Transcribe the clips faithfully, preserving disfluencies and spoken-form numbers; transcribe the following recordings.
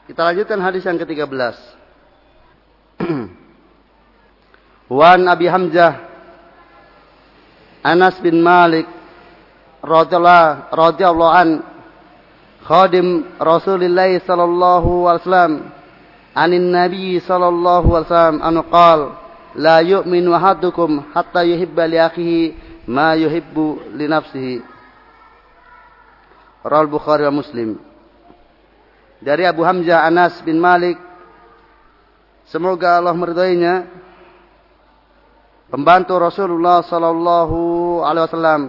Kita lanjutkan hadis yang ketiga belas. Wan Abi Hamzah Anas bin Malik radhiyallahu radhiyallahu an khadim Rasulillah sallallahu alaihi wasallam anin Nabi sallallahu alaihi wasallam an qala la yu'minu ahadukum hatta yuhibba li akhihi ma yuhibbu li nafsihi. Rawal Bukhari wa Muslim. Dari Abu Hamzah Anas bin Malik, semoga Allah meridainya, pembantu Rasulullah sallallahu alaihi wasallam.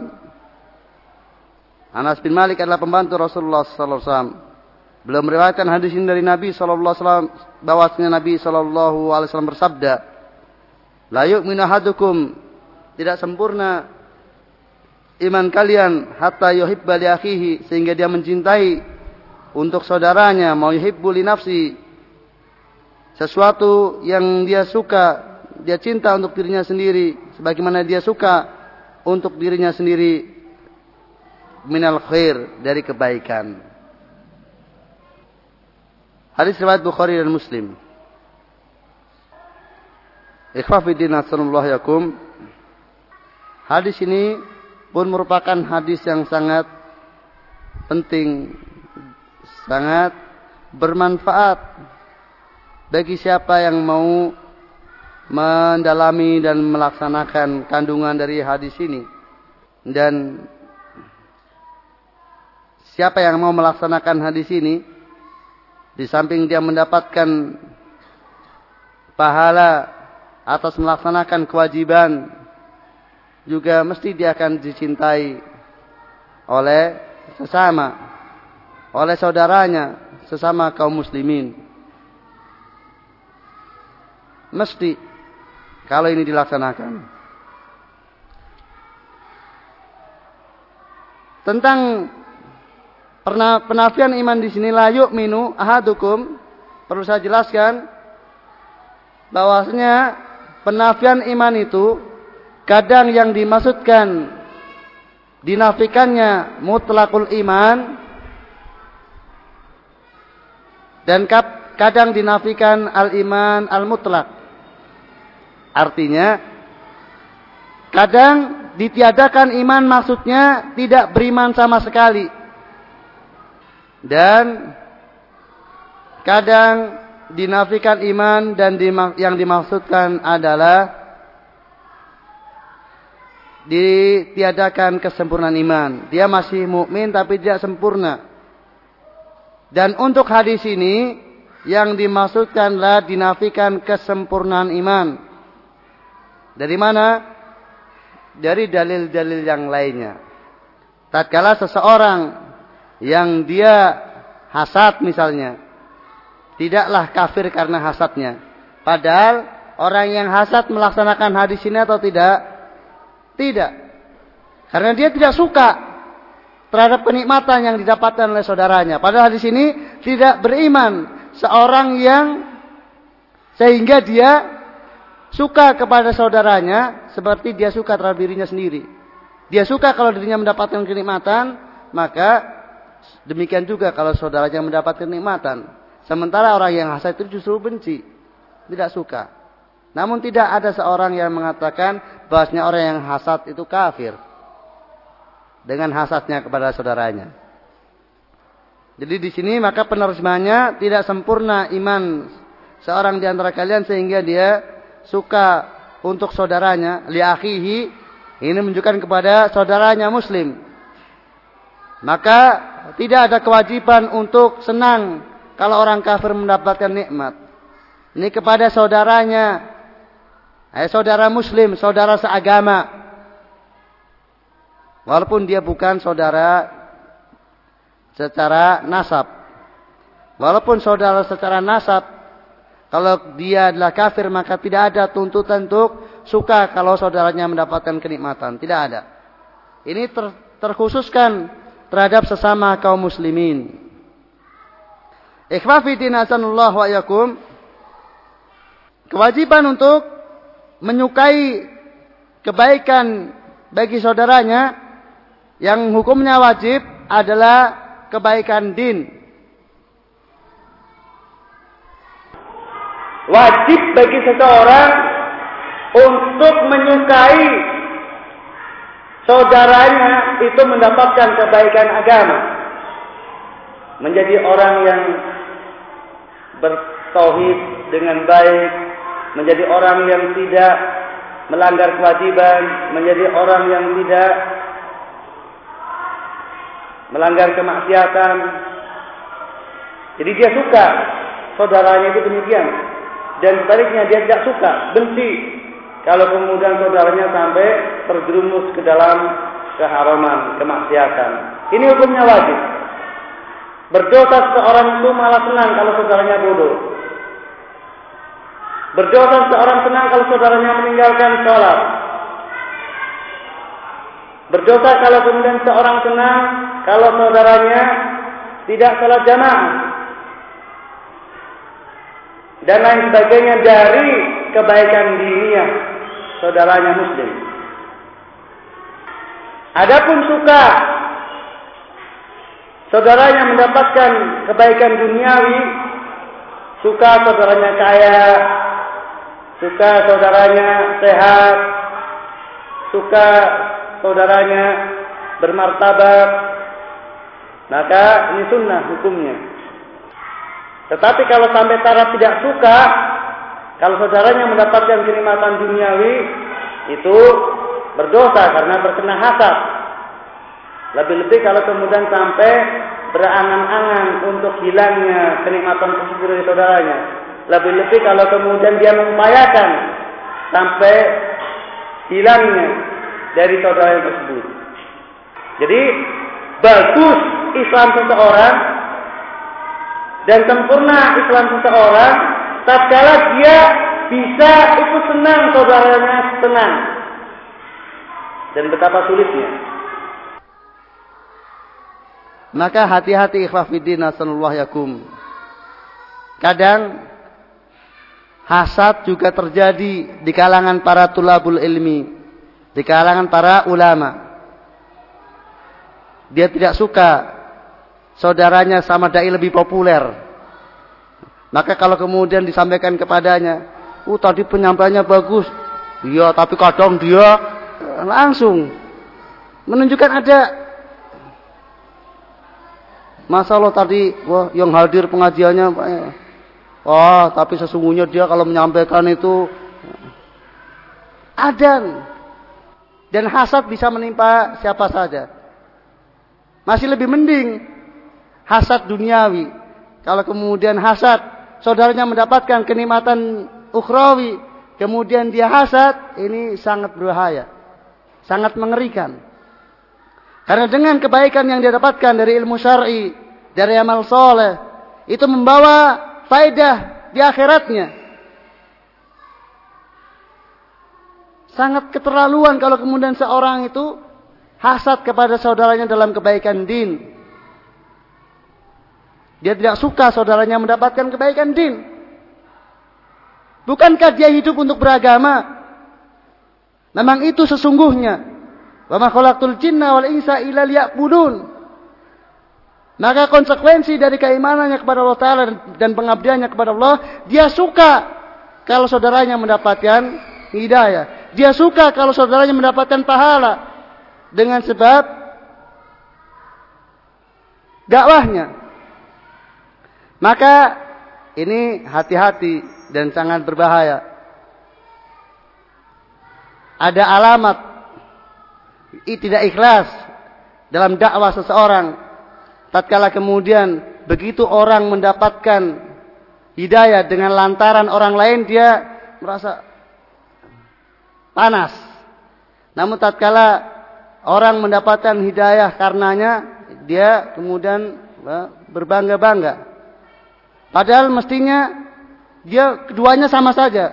Anas bin Malik adalah pembantu Rasulullah sallallahu alaihi wasallam. Beliau meriwayatkan hadis ini dari Nabi sallallahu alaihi wasallam, bahwasanya Nabi sallallahu alaihi wasallam bersabda, "La yu'minu ahadukum," tidak sempurna iman kalian, hatta yuhibba li akhihi, sehingga dia mencintai untuk saudaranya, mau yuhibbu li nafsi, sesuatu yang dia suka, dia cinta untuk dirinya sendiri, sebagaimana dia suka untuk dirinya sendiri, minal khair, dari kebaikan. Hadis riwayat Bukhari dan Muslim. Ikhwafidin asanullah yakum. Hadis ini pun merupakan hadis yang sangat penting, sangat bermanfaat bagi siapa yang mau mendalami dan melaksanakan kandungan dari hadis ini. Dan siapa yang mau melaksanakan hadis ini, di samping dia mendapatkan pahala atas melaksanakan kewajiban, juga mesti dia akan dicintai oleh sesama, oleh saudaranya, sesama kaum muslimin. Mesti, kalau ini dilaksanakan. Tentang penafian iman di sini, la yu'minu ahadukum, perlu saya jelaskan bahwasanya penafian iman itu kadang yang dimaksudkan dinafikannya mutlakul iman, dan kadang dinafikan al-iman al-mutlak. Artinya kadang ditiadakan iman, maksudnya tidak beriman sama sekali. Dan kadang dinafikan iman dan yang dimaksudkan adalah ditiadakan kesempurnaan iman. Dia masih mukmin tapi tidak sempurna. Dan untuk hadis ini yang dimaksudkanlah dinafikan kesempurnaan iman. Dari mana? Dari dalil-dalil yang lainnya. Tatkala seseorang yang dia hasad misalnya, tidaklah kafir karena hasadnya. Padahal orang yang hasad melaksanakan hadis ini atau tidak? Tidak. Karena dia tidak suka terhadap kenikmatan yang didapatkan oleh saudaranya. Padahal di sini tidak beriman seorang yang sehingga dia suka kepada saudaranya seperti dia suka terhadap dirinya sendiri. Dia suka kalau dirinya mendapatkan kenikmatan, maka demikian juga kalau saudaranya mendapatkan kenikmatan. Sementara orang yang hasad itu justru benci, tidak suka. Namun tidak ada seorang yang mengatakan bahwasanya orang yang hasad itu kafir dengan hasadnya kepada saudaranya. Jadi di sini maka penerjemahannya tidak sempurna iman seorang di antara kalian sehingga dia suka untuk saudaranya, li akhihi, ini menunjukkan kepada saudaranya muslim. Maka tidak ada kewajiban untuk senang kalau orang kafir mendapatkan nikmat. Ini kepada saudaranya, eh, saudara muslim, saudara seagama. Walaupun dia bukan saudara secara nasab. Walaupun saudara secara nasab, kalau dia adalah kafir maka tidak ada tuntutan untuk suka kalau saudaranya mendapatkan kenikmatan. Tidak ada. Ini ter, terkhususkan terhadap sesama kaum muslimin. Ikhwafidin hasanullah wa yakum. Kewajiban untuk menyukai kebaikan bagi saudaranya yang hukumnya wajib adalah kebaikan din. wajib bagi seseorang untuk menyukai saudaranya itu mendapatkan kebaikan agama, menjadi orang yang bertauhid dengan baik, menjadi orang yang tidak melanggar kewajiban, menjadi orang yang tidak melanggar kemaksiatan. Jadi dia suka saudaranya itu demikian, dan sebaliknya dia tidak suka, benci kalau kemudian saudaranya sampai terjerumus ke dalam keharaman, kemaksiatan. Ini hukumnya wajib. Berdosa seseorang itu malah senang kalau saudaranya bodoh. Berdosa seseorang senang kalau saudaranya meninggalkan sholat. Berdosa kalau kemudian seorang senang kalau saudaranya tidak sholat jamaah, dan lain sebagainya dari kebaikan diniyah saudaranya muslim. Adapun suka saudaranya mendapatkan kebaikan duniawi, suka saudaranya kaya, suka saudaranya sehat, suka saudaranya bermartabat, maka ini sunnah hukumnya. Tetapi kalau sampai taraf tidak suka, kalau saudaranya mendapatkan kenikmatan duniawi, itu berdosa karena terkena hasad. Lebih-lebih kalau kemudian sampai berangan-angan untuk hilangnya kenikmatan tersebut dari saudaranya. Lebih-lebih kalau kemudian dia mengupayakan sampai hilangnya dari saudara tersebut. Jadi bagus Islam seseorang dan sempurna Islam seseorang tatkala dia bisa ikut senang saudaranya senang. Dan betapa sulitnya. Maka hati-hati ikhwah fiddin nasallallahu yakum. Kadang hasad juga terjadi di kalangan para tulabul ilmi, di kalangan para ulama. Dia tidak suka saudaranya sama dai lebih populer. Maka kalau kemudian disampaikan kepadanya, "Oh, tadi penyampaiannya bagus." "Iya, tapi kadang dia langsung menunjukkan ada masalah tadi, wah yang hadir pengajiannya, wah tapi sesungguhnya dia kalau menyampaikan itu adan." Dan hasad bisa menimpa siapa saja. Masih lebih mending hasad duniawi. Kalau kemudian hasad saudaranya mendapatkan kenikmatan ukhrawi, kemudian dia hasad, ini sangat berbahaya, sangat mengerikan. Karena dengan kebaikan yang dia dapatkan dari ilmu syar'i, dari amal soleh, itu membawa faedah di akhiratnya. Sangat keterlaluan kalau kemudian seorang itu hasad kepada saudaranya dalam kebaikan din. Dia tidak suka saudaranya mendapatkan kebaikan din. Bukankah dia hidup untuk beragama? Memang itu sesungguhnya. Wa ma khalaqtul jinna wal insa illa liya'budun. Maka konsekuensi dari keimanannya kepada Allah Ta'ala dan pengabdiannya kepada Allah, dia suka kalau saudaranya mendapatkan hidayah. Dia suka kalau saudaranya mendapatkan pahala dengan sebab dakwahnya. Maka ini hati-hati dan sangat berbahaya. Ada alamat tidak ikhlas dalam dakwah seseorang tatkala kemudian begitu orang mendapatkan hidayah dengan lantaran orang lain, dia merasa panas. Namun tatkala orang mendapatkan hidayah karenanya, dia kemudian berbangga-bangga. Padahal mestinya dia keduanya sama saja.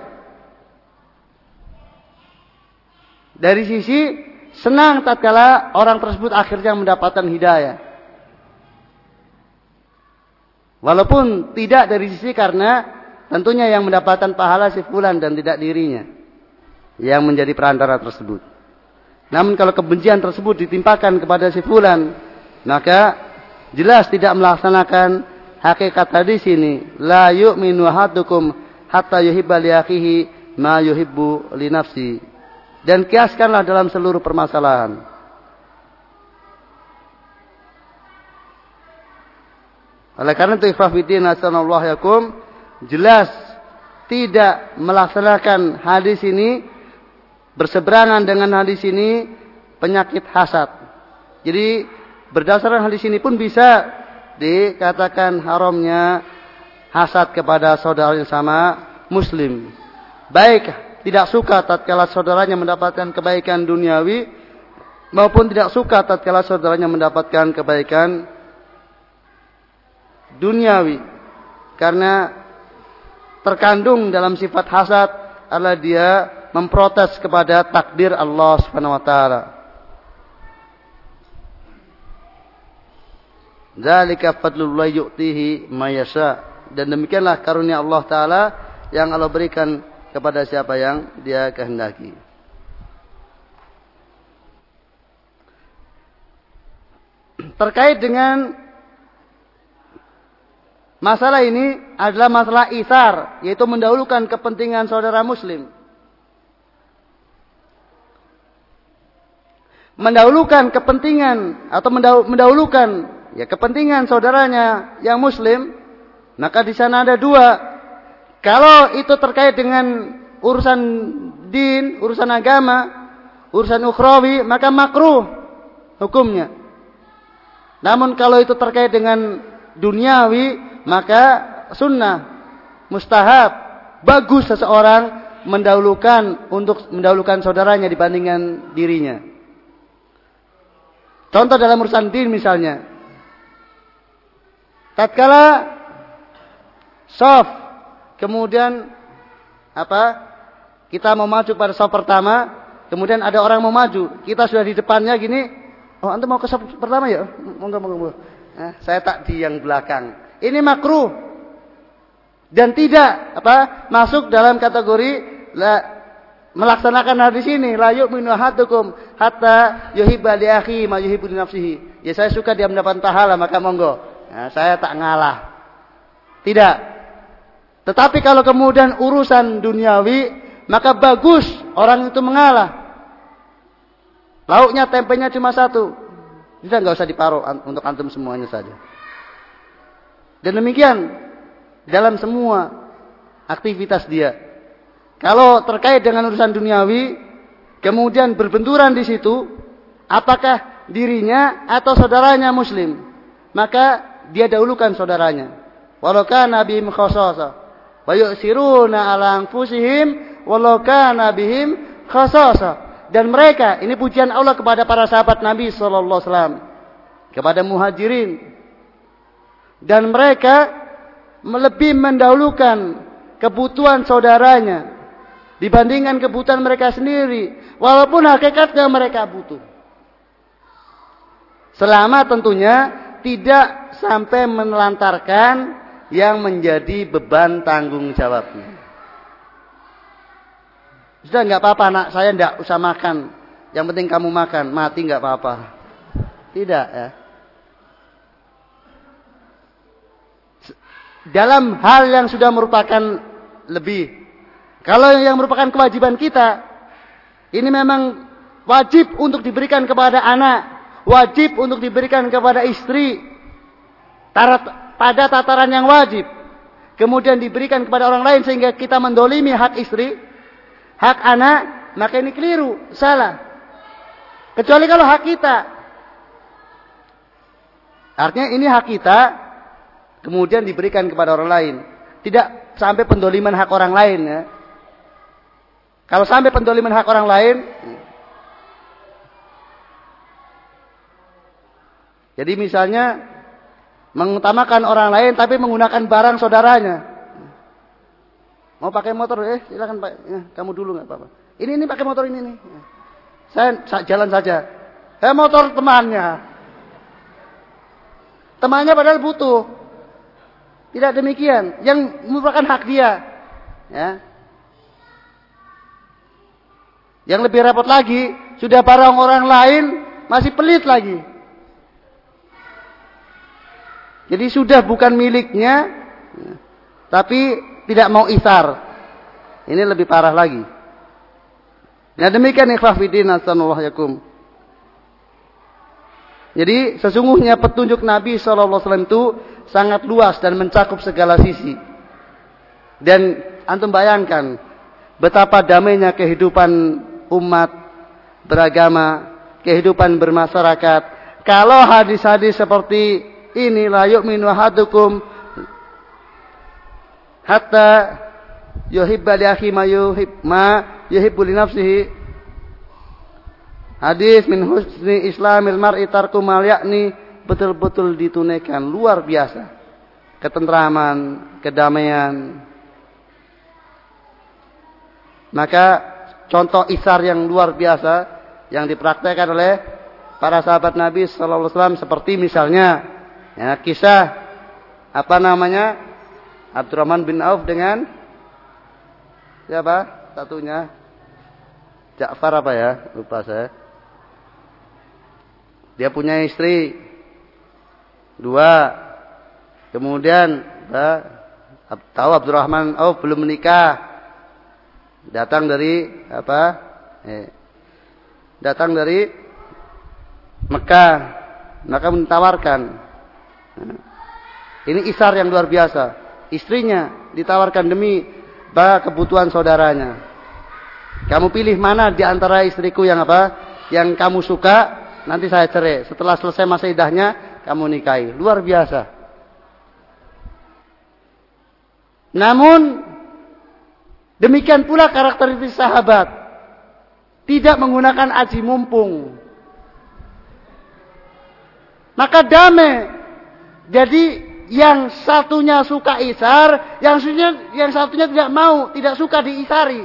Dari sisi senang tatkala orang tersebut akhirnya mendapatkan hidayah. Walaupun tidak dari sisi karena tentunya yang mendapatkan pahala si fulan dan tidak dirinya yang menjadi perantara tersebut. Namun kalau kebencian tersebut ditimpakan kepada si fulan, maka jelas tidak melaksanakan hakikat hadis ini. La yu'minu ahadukum hatta yuhibba li akhihi ma yuhibbu li nafsi. Dan kiaskanlah dalam seluruh permasalahan. Oleh karena itu ikhwah fiddin hasanallahu yakum, jelas tidak melaksanakan hadis ini berseberangan dengan hadis ini penyakit hasad. Jadi berdasarkan hadis ini pun bisa dikatakan haramnya hasad kepada saudara yang sama muslim. Baik tidak suka tatkala saudaranya mendapatkan kebaikan duniawi maupun tidak suka tatkala saudaranya mendapatkan kebaikan duniawi, karena terkandung dalam sifat hasad adalah dia memprotes kepada takdir Allah Subhanahu wa taala. Dzalika fadlullah yu'tihi may yasha. Dan demikianlah karunia Allah taala yang Allah berikan kepada siapa yang Dia kehendaki. Terkait dengan masalah ini adalah masalah itsar, yaitu mendahulukan kepentingan saudara muslim. Mendahulukan kepentingan atau mendahulukan ya kepentingan saudaranya yang muslim, maka di sana ada dua. Kalau itu terkait dengan urusan din, urusan agama, urusan ukhrawi, maka makruh hukumnya. Namun kalau itu terkait dengan duniawi, maka sunnah, mustahab, bagus seseorang mendahulukan untuk mendahulukan saudaranya dibandingkan dirinya. Contoh dalam urusan din misalnya, tatkala shaf, kemudian apa? Kita mau maju pada shaf pertama, kemudian ada orang mau maju, kita sudah di depannya gini, oh antum mau ke shaf pertama ya? Monggo monggo. Nah, saya tak di yang belakang. Ini makruh dan tidak apa masuk dalam kategori la, melaksanakan hadis ini, la yu'minu ahadukum hatta yuhibba li akhi ma yuhibbu li nafsihi. Ya saya suka dia mendapat pahala maka monggo. Nah, saya tak ngalah. Tidak. Tetapi kalau kemudian urusan duniawi, maka bagus orang itu mengalah. Lauknya tempenya cuma satu. Tidak, enggak usah diparuh untuk antum semuanya saja. Dan demikian dalam semua aktivitas dia. Kalau terkait dengan urusan duniawi, kemudian berbenturan di situ, apakah dirinya atau saudaranya muslim, maka dia dahulukan saudaranya. Walau kana bihim khassasa, wa yu'siruna ala anfusihim walau kana bihim khassasa. Dan mereka, ini pujian Allah kepada para sahabat Nabi sallallahu alaihi wasallam, kepada muhajirin. Dan mereka lebih mendahulukan kebutuhan saudaranya dibandingkan kebutuhan mereka sendiri, walaupun hakikatnya mereka butuh. Selama tentunya tidak sampai menelantarkan yang menjadi beban tanggung jawabnya. Sudah enggak apa-apa nak, saya enggak usah makan. Yang penting kamu makan, mati enggak apa-apa. Tidak ya. Dalam hal yang sudah merupakan lebih. Kalau yang merupakan kewajiban kita, ini memang wajib untuk diberikan kepada anak, wajib untuk diberikan kepada istri, pada tataran yang wajib. Kemudian diberikan kepada orang lain sehingga kita mendolimi hak istri, hak anak, maka ini keliru, salah. Kecuali kalau hak kita. Artinya ini hak kita, kemudian diberikan kepada orang lain. Tidak sampai pendoliman hak orang lain ya. Kalau sampai pendoliman hak orang lain, jadi misalnya mengutamakan orang lain tapi menggunakan barang saudaranya. Mau pakai motor, eh silakan Pak, ya, kamu dulu nggak apa-apa. Ini ini pakai motor ini nih. Saya jalan saja. Eh motor temannya. Temannya padahal butuh. Tidak demikian. Yang merupakan hak dia. Ya. Yang lebih repot lagi, sudah barang orang lain masih pelit lagi. Jadi sudah bukan miliknya, tapi tidak mau isar. Ini lebih parah lagi. Nah demikian ikhwah fiddin hasanallahu yakum. Jadi sesungguhnya petunjuk Nabi shallallahu alaihi wasallam itu sangat luas dan mencakup segala sisi. Dan antum bayangkan betapa damainya kehidupan umat beragama, kehidupan bermasyarakat. Kalau hadis-hadis seperti ini, la yu'minu ahadukum hatta yuhibba li akhi ma yuhib ma yuhibbu li nafsihi. Hadis min husni islamil mar'i tarku mal yakni betul-betul ditunaikan, luar biasa. Ketentraman, kedamaian. Maka contoh isar yang luar biasa yang dipraktekkan oleh para sahabat Nabi sallallahu alaihi wasallam seperti misalnya ya, kisah apa namanya Abdurrahman bin Auf dengan siapa satunya? Ja'far apa ya? Lupa saya. Dia punya istri dua. Kemudian ya, tahu Abdurrahman Auf belum menikah. Datang dari apa? Eh, datang dari Mekah. Maka ditawarkan. Nah, ini isar yang luar biasa. Istrinya ditawarkan demi kebutuhan saudaranya. Kamu pilih mana di antara istriku yang apa? Yang kamu suka, nanti saya cerai. Setelah selesai masa iddahnya, kamu nikahi. Luar biasa. Namun demikian pula karakteristik sahabat. Tidak menggunakan aji mumpung. Maka damai. Jadi yang satunya suka isar, yang satunya, yang satunya tidak mau, tidak suka diisari.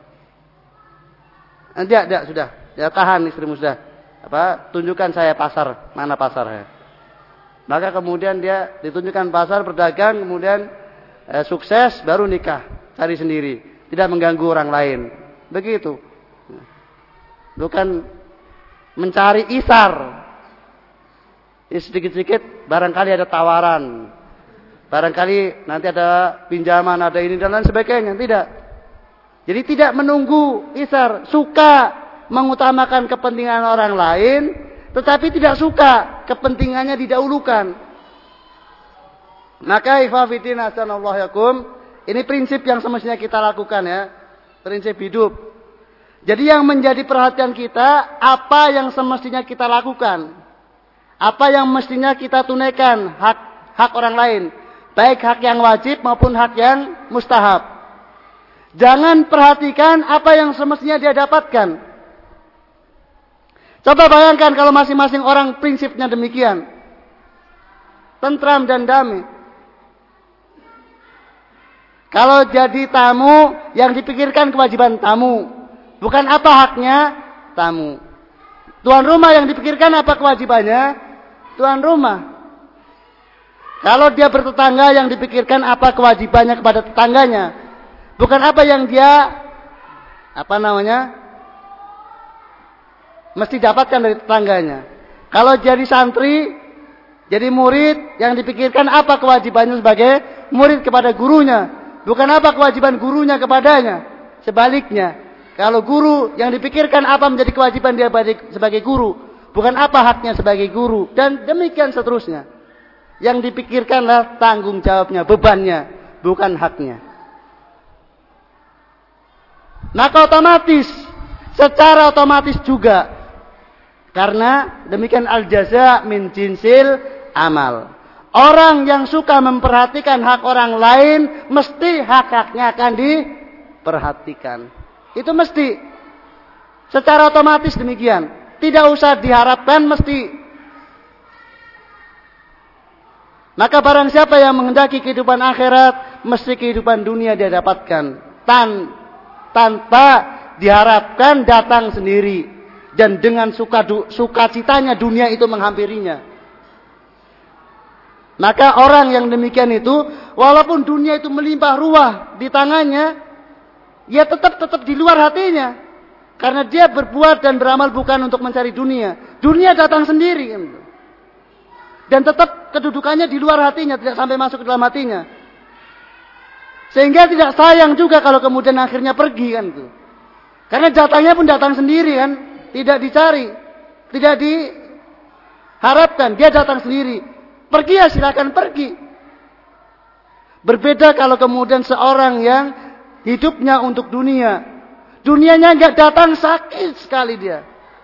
Tidak, tidak, sudah. Ya, tahan istrimu sudah. Apa? Tunjukkan saya pasar, mana pasarnya. Maka kemudian dia ditunjukkan pasar, berdagang, kemudian eh, sukses, baru nikah, cari sendiri, tidak mengganggu orang lain. Begitu. Bukan mencari isar. Sedikit-sedikit barangkali ada tawaran. Barangkali nanti ada pinjaman, ada ini dan lain sebagainya. Tidak. Jadi tidak menunggu isar. Suka mengutamakan kepentingan orang lain. Tetapi tidak suka kepentingannya didahulukan. Maka ikhwah fillah hasanallahu yakum. Ini prinsip yang semestinya kita lakukan ya. Prinsip hidup. Jadi yang menjadi perhatian kita. Apa yang semestinya kita lakukan. Apa yang mestinya kita tunaikan hak hak orang lain, baik hak yang wajib maupun hak yang mustahab. Jangan perhatikan apa yang semestinya dia dapatkan. Coba bayangkan kalau masing-masing orang prinsipnya demikian, tentram dan damai. Kalau jadi tamu, yang dipikirkan kewajiban tamu, bukan apa haknya tamu. Tuan rumah yang dipikirkan apa kewajibannya? Tuan rumah. Kalau dia bertetangga yang dipikirkan apa kewajibannya kepada tetangganya. Bukan apa yang dia apa namanya mesti dapatkan dari tetangganya. Kalau jadi santri, jadi murid yang dipikirkan apa kewajibannya sebagai murid kepada gurunya. Bukan apa kewajiban gurunya kepadanya. Sebaliknya. Kalau guru yang dipikirkan apa menjadi kewajiban dia sebagai guru. Bukan apa haknya sebagai guru. Dan demikian seterusnya. Yang dipikirkanlah tanggung jawabnya, bebannya. Bukan haknya. Maka otomatis. Secara otomatis juga. Karena demikian al-jaza min jinsil amal. Orang yang suka memperhatikan hak orang lain. Mesti hak-haknya akan diperhatikan. Itu mesti. Secara otomatis demikian. Tidak usah diharapkan mesti. Maka barang siapa yang menghendaki kehidupan akhirat, mesti kehidupan dunia dia dapatkan. Tan, tanpa diharapkan datang sendiri. Dan dengan suka sukacitanya dunia itu menghampirinya. Maka orang yang demikian itu, walaupun dunia itu melimpah ruah di tangannya, ya tetap tetap di luar hatinya. Karena dia berbuat dan beramal bukan untuk mencari dunia. Dunia datang sendiri. Dan tetap kedudukannya di luar hatinya. Tidak sampai masuk ke dalam hatinya. Sehingga tidak sayang juga kalau kemudian akhirnya pergi kan itu. Karena jatahnya pun datang sendiri kan, tidak dicari, tidak diharapkan, dia datang sendiri. Pergi ya silakan pergi. Berbeda kalau kemudian seorang yang hidupnya untuk dunia, dunianya nggak datang, sakit sekali dia.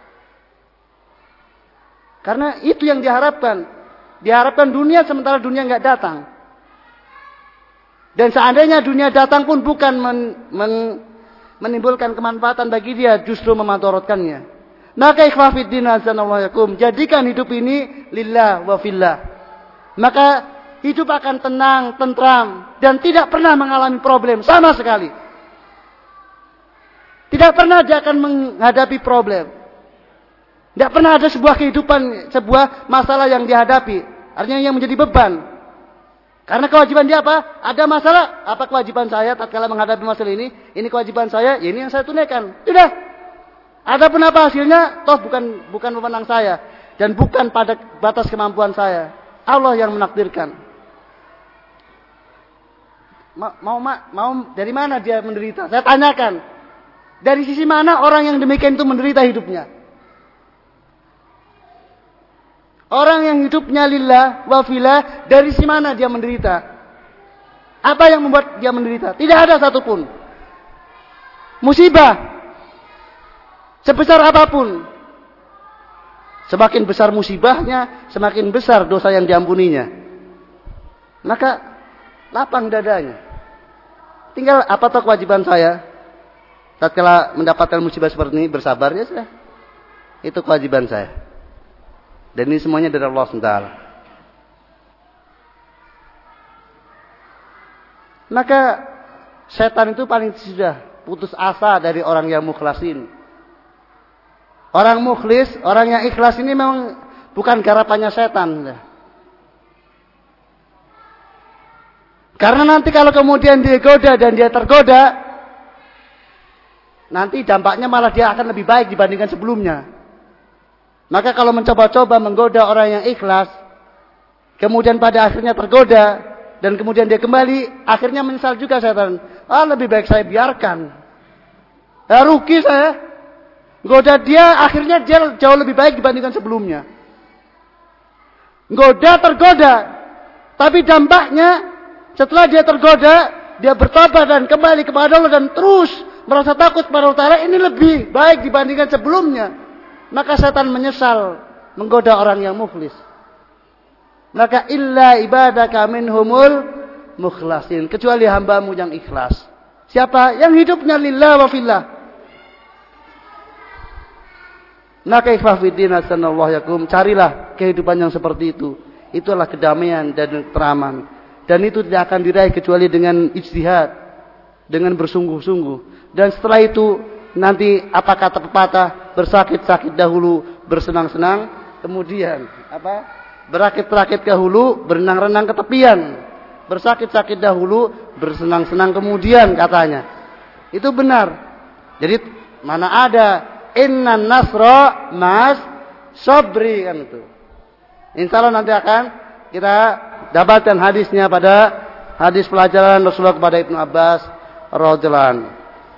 Karena itu yang diharapkan, diharapkan dunia sementara dunia nggak datang. Dan seandainya dunia datang pun bukan men, men, menimbulkan kemanfaatan bagi dia, justru memadharatkannya. Maka ikhwafiddin azanallahu yakum, jadikan hidup ini lillah wa fillah. Maka hidup akan tenang, tentram, dan tidak pernah mengalami problem sama sekali. Tidak pernah dia akan menghadapi problem. Tidak pernah ada sebuah kehidupan, sebuah masalah yang dihadapi. Artinya yang menjadi beban. Karena kewajiban dia apa? Ada masalah, apa kewajiban saya tatkala menghadapi masalah ini? Ini kewajiban saya, ya ini yang saya tunaikan. Sudah. Adapun apa hasilnya? Toh bukan bukan wewenang saya dan bukan pada batas kemampuan saya. Allah yang menakdirkan. Ma, mau ma, mau dari mana dia menderita? Saya tanyakan. Dari sisi mana orang yang demikian itu menderita hidupnya? Orang yang hidupnya lillah wa fillah, dari sisi mana dia menderita? Apa yang membuat dia menderita? Tidak ada satupun. Musibah sebesar apapun, semakin besar musibahnya, semakin besar dosa yang diampuninya. Maka lapang dadanya. Tinggal apa toh kewajiban saya? Tatkala mendapatkan musibah seperti ini, bersabar ya sudah. Itu kewajiban saya. Dan ini semuanya dari Allah subhanahu wa taala. Maka setan itu paling sudah putus asa dari orang yang mukhlasin. Orang mukhlis, orang yang ikhlas ini memang bukan garapannya setan. Karena nanti kalau kemudian dia goda dan dia tergoda, nanti dampaknya malah dia akan lebih baik dibandingkan sebelumnya. Maka kalau mencoba-coba menggoda orang yang ikhlas, kemudian pada akhirnya tergoda, dan kemudian dia kembali, akhirnya menyesal juga setan. Ah, lebih baik saya biarkan. Ya, rugi saya. Goda dia, akhirnya dia jauh lebih baik dibandingkan sebelumnya. Goda tergoda, tapi dampaknya setelah dia tergoda, dia bertobat dan kembali kepada Allah dan terus merasa takut kepada Allah Ta'ala, ini lebih baik dibandingkan sebelumnya. Maka setan menyesal menggoda orang yang mukhlis. Maka illa ibadaka minhumul mukhlasin, kecuali hambamu yang ikhlas. Siapa? Yang hidupnya lillah wa fillah. Maka ikhwafiddin hasanallahu yakum, carilah kehidupan yang seperti itu. Itulah kedamaian dan keteraman. Dan itu tidak akan diraih kecuali dengan ijtihad, dengan bersungguh-sungguh. Dan setelah itu nanti apa kata pepatah, bersakit-sakit dahulu, bersenang-senang kemudian. Apa? Berakit-rakit dahulu, berenang-renang ke tepian. Bersakit-sakit dahulu, bersenang-senang kemudian katanya. Itu benar. Jadi mana ada inna nasra mas sabri kan itu. Insya Allah nanti akan kita dapatkan hadisnya pada hadis pelajaran Rasulullah kepada Ibnu Abbas radhiyallahu anhu.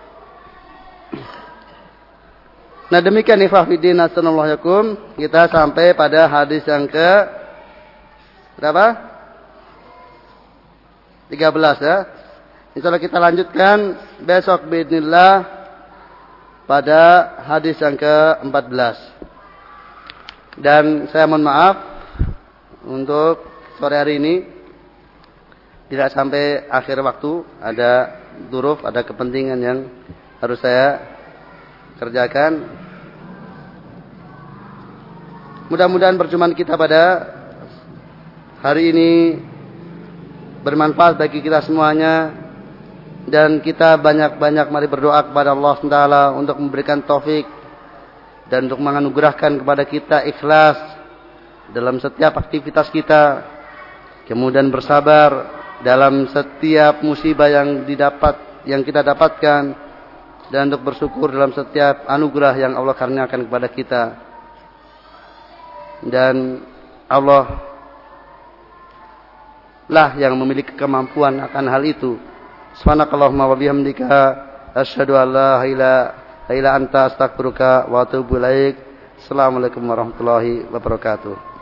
Nah demikian ikhwafidin hasanallahu yakum, kita sampai pada hadis yang ke berapa? tiga belas ya. Insyaallah kita lanjutkan besok biidznillah pada hadis yang ke empat belas. Dan saya mohon maaf untuk sore hari ini tidak sampai akhir waktu, ada duruf, ada kepentingan yang harus saya kerjakan. Mudah-mudahan perjumpaan kita pada hari ini bermanfaat bagi kita semuanya, dan kita banyak-banyak mari berdoa kepada Allah subhanahu wa taala untuk memberikan taufik dan untuk menganugerahkan kepada kita ikhlas dalam setiap aktivitas kita, kemudian bersabar dalam setiap musibah yang didapat yang kita dapatkan, dan untuk bersyukur dalam setiap anugerah yang Allah karuniakan kepada kita. Dan Allah lah yang memiliki kemampuan akan hal itu. Subhanakallahumma wa bihamdika asyhadu an la ilaha illa anta astaghfiruka wa atubu ilaik. Assalamualaikum warahmatullahi wabarakatuh.